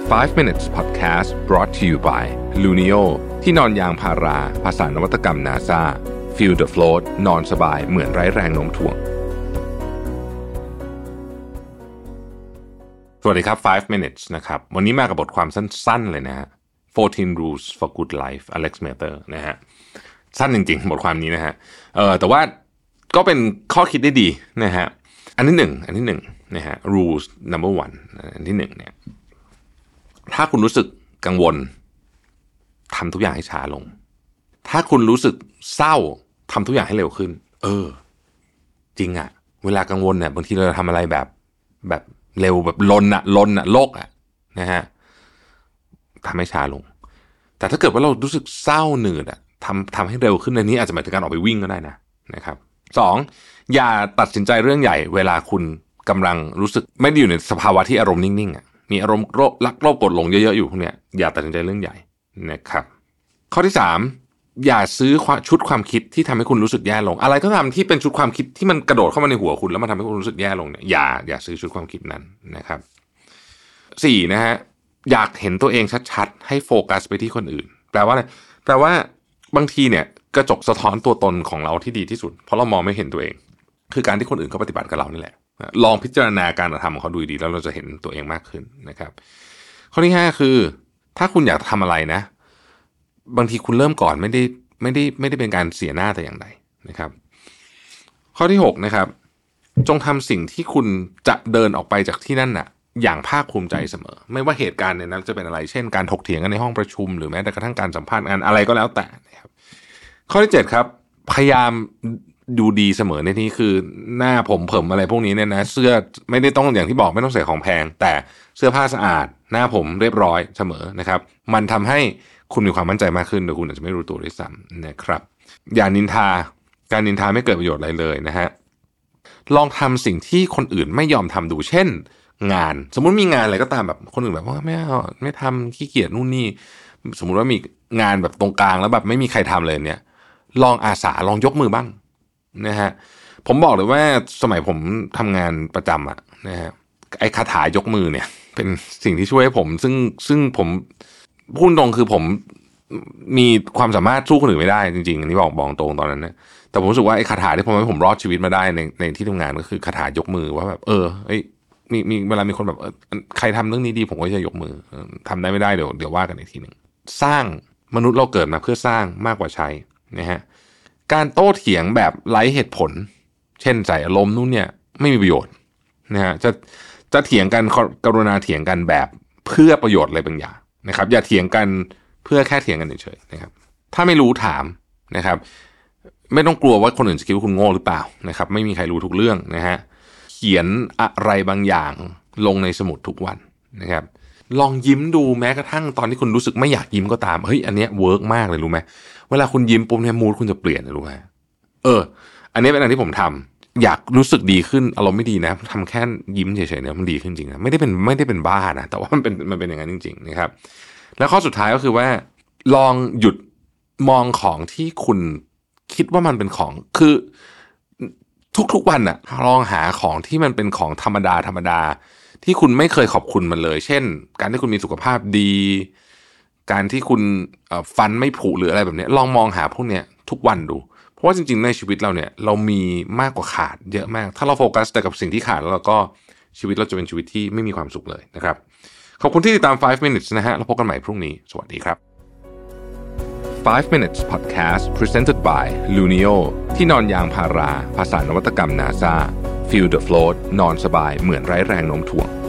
5 minutes podcast brought to you by Luno ที่นอนยางพาราภาษานวัตกรรม NASA Feel the float นอนสบายเหมือนไร้แรงโน้มถ่วงสวัสดีครับ5 minutes นะครับวันนี้มากับบทความสั้นๆเลยนะฮะ14 rules for good life Alex Mater นะฮะสั้นจริงๆบทความนี้นะฮะแต่ว่าก็เป็นข้อคิดได้ดีนะฮะอันที่หนึ่งนะฮะ rules number 1อันที่หนึ่งเนี่ยถ้าคุณรู้สึกกังวลทำทุกอย่างให้ช้าลงถ้าคุณรู้สึกเศร้าทำทุกอย่างให้เร็วขึ้นจริงอะเวลากังวลเนี่ยบางทีเราทำอะไรแบบเร็วแบบลนโลกอะนะฮะทำให้ช้าลงแต่ถ้าเกิดว่าเรารู้สึกเศร้าหนืดอะทำให้เร็วขึ้นในนี้อาจจะหมายถึงการออกไปวิ่งก็ได้นะครับ2อย่าตัดสินใจเรื่องใหญ่เวลาคุณกำลังรู้สึกไม่ได้อยู่ในสภาวะที่อารมณ์นิ่งๆอะมีอารมณ์รักโลภโกรธหลงเยอะๆอยู่พวกเนี้ยอย่าตัดสินใจเรื่องใหญ่นะครับข้อที่3อย่าซื้อชุดความคิดที่ทำให้คุณรู้สึกแย่ลงอะไรก็ตามที่เป็นชุดความคิดที่มันกระโดดเข้ามาในหัวคุณแล้วมันทำให้คุณรู้สึกแย่ลงเนี่ยอย่าซื้อชุดความคิดนั้นนะครับ4นะฮะอยากเห็นตัวเองชัดๆให้โฟกัสไปที่คนอื่นแปลว่าอะไรแปลว่าบางทีเนี่ยกระจกสะท้อนตัวตนของเราที่ดีที่สุดเพราะเรามองไม่เห็นตัวเองคือการที่คนอื่นเขาปฏิบัติกับเรานี่แหละลองพิจารณาการกระทำของเขาดูดีแล้วเราจะเห็นตัวเองมากขึ้นนะครับข้อที่5คือถ้าคุณอยากทำอะไรนะบางทีคุณเริ่มก่อนไม่ได้เป็นการเสียหน้าแต่อย่างใดนะครับข้อที่6นะครับจงทำสิ่งที่คุณจะเดินออกไปจากที่นั่นน่ะอย่างภาคภูมิใจเสมอไม่ว่าเหตุการณ์เนี่ยนั้นจะเป็นอะไรเช่นการถกเถียงกันในห้องประชุมหรือแม้แต่กระทั่งการสัมภาษณ์งานอะไรก็แล้วแต่นะครับข้อที่7ครับพยายามดูดีเสมอในที่คือหน้าผมเผิมอะไรพวกนี้เนี่ยนะเสื้อไม่ได้ต้องอย่างที่บอกไม่ต้องใส่ของแพงแต่เสื้อผ้าสะอาดหน้าผมเรียบร้อยเสมอนะครับมันทำให้คุณมีความมั่นใจมากขึ้นโดยคุณอาจจะไม่รู้ตัวด้วยซ้ำนะครับอย่านินทาการนินทาไม่เกิดประโยชน์อะไรเลยนะฮะลองทำสิ่งที่คนอื่นไม่ยอมทำดูเช่นงานสมมุติมีงานอะไรก็ตามแบบคนอื่นแบบว่าไม่ทำขี้เกียจนู่นนี่สมมุติว่ามีงานแบบตรงกลางแล้วแบบไม่มีใครทำเลยเนี่ยลองอาสาลองยกมือบ้างนะฮะผมบอกเลยว่าสมัยผมทำงานประจำอะนะฮะไอ้คาถายกมือเนี่ยเป็นสิ่งที่ช่วยให้ผมซึ่งผมพูดตรงคือผมมีความสามารถสู้คนอื่นไม่ได้จริงๆอันนี้บอกตรงตอนนั้นนะแต่ผมรู้สึกว่าไอ้คาถาที่ทำให้ผมรอดชีวิตมาได้ในที่ทำงานก็คือคาถายกมือว่าแบบมีเวลามีคนแบบใครทำเรื่องนี้ดีผมก็จะยกมือทำได้ไม่ได้เดี๋ยวว่ากันอีกทีหนึ่งสร้างมนุษย์เราเกิดมาเพื่อสร้างมากกว่าใช้นะฮะการโต้เถียงแบบไร้เหตุผลเช่นใส่อารมณ์นู่นเนี่ยไม่มีประโยชน์นะฮะจะเถียงกันกรุณาเถียงกันแบบเพื่อประโยชน์อะไรบางอย่างนะครับอย่าเถียงกันเพื่อแค่เถียงกันเฉยๆนะครับถ้าไม่รู้ถามนะครับไม่ต้องกลัวว่าคนอื่นจะคิดว่าคุณโง่หรือเปล่านะครับไม่มีใครรู้ทุกเรื่องนะฮะเขียนอะไรบางอย่างลงในสมุดทุกวันนะครับลองยิ้มดูแม้กระทั่งตอนที่คุณรู้สึกไม่อยากยิ้มก็ตามเฮ้ยอันเนี้ยเวิร์กมากเลยรู้ไหมเวลาคุณยิ้มปุ๊บเนี่ยมูดคุณจะเปลี่ยนเลยรู้ไหมอันนี้เป็นอันที่ผมทำอยากรู้สึกดีขึ้นอารมณ์ไม่ดีนะทำแค่ยิ้มเฉยๆเนี่ยมันดีขึ้นจริงนะไม่ได้เป็นบ้านะแต่ว่ามันเป็นอย่างนั้นจริงๆนะครับแล้วข้อสุดท้ายก็คือว่าลองหยุดมองของที่คุณคิดว่ามันเป็นของคือทุกวันน่ะลองหาของที่มันเป็นของธรรมดาที่คุณไม่เคยขอบคุณมันเลยเช่นการที่คุณมีสุขภาพดีการที่คุณฟันไม่ผุหรืออะไรแบบนี้ลองมองหาพวกเนี้ยทุกวันดูเพราะว่าจริงๆในชีวิตเราเนี่ยเรามีมากกว่าขาดเยอะมากถ้าเราโฟกัสแต่กับสิ่งที่ขาดแล้วเราก็ชีวิตเราจะเป็นชีวิตที่ไม่มีความสุขเลยนะครับขอบคุณที่ติดตาม5 minutes นะฮะแล้วพบกันใหม่พรุ่งนี้สวัสดีครับ5 minutes podcast presented by Luno ที่นอนยางพาราภาษานวัตกรรม NASA Feel the float นอนสบายเหมือนไร้แรงโน้มถ่วง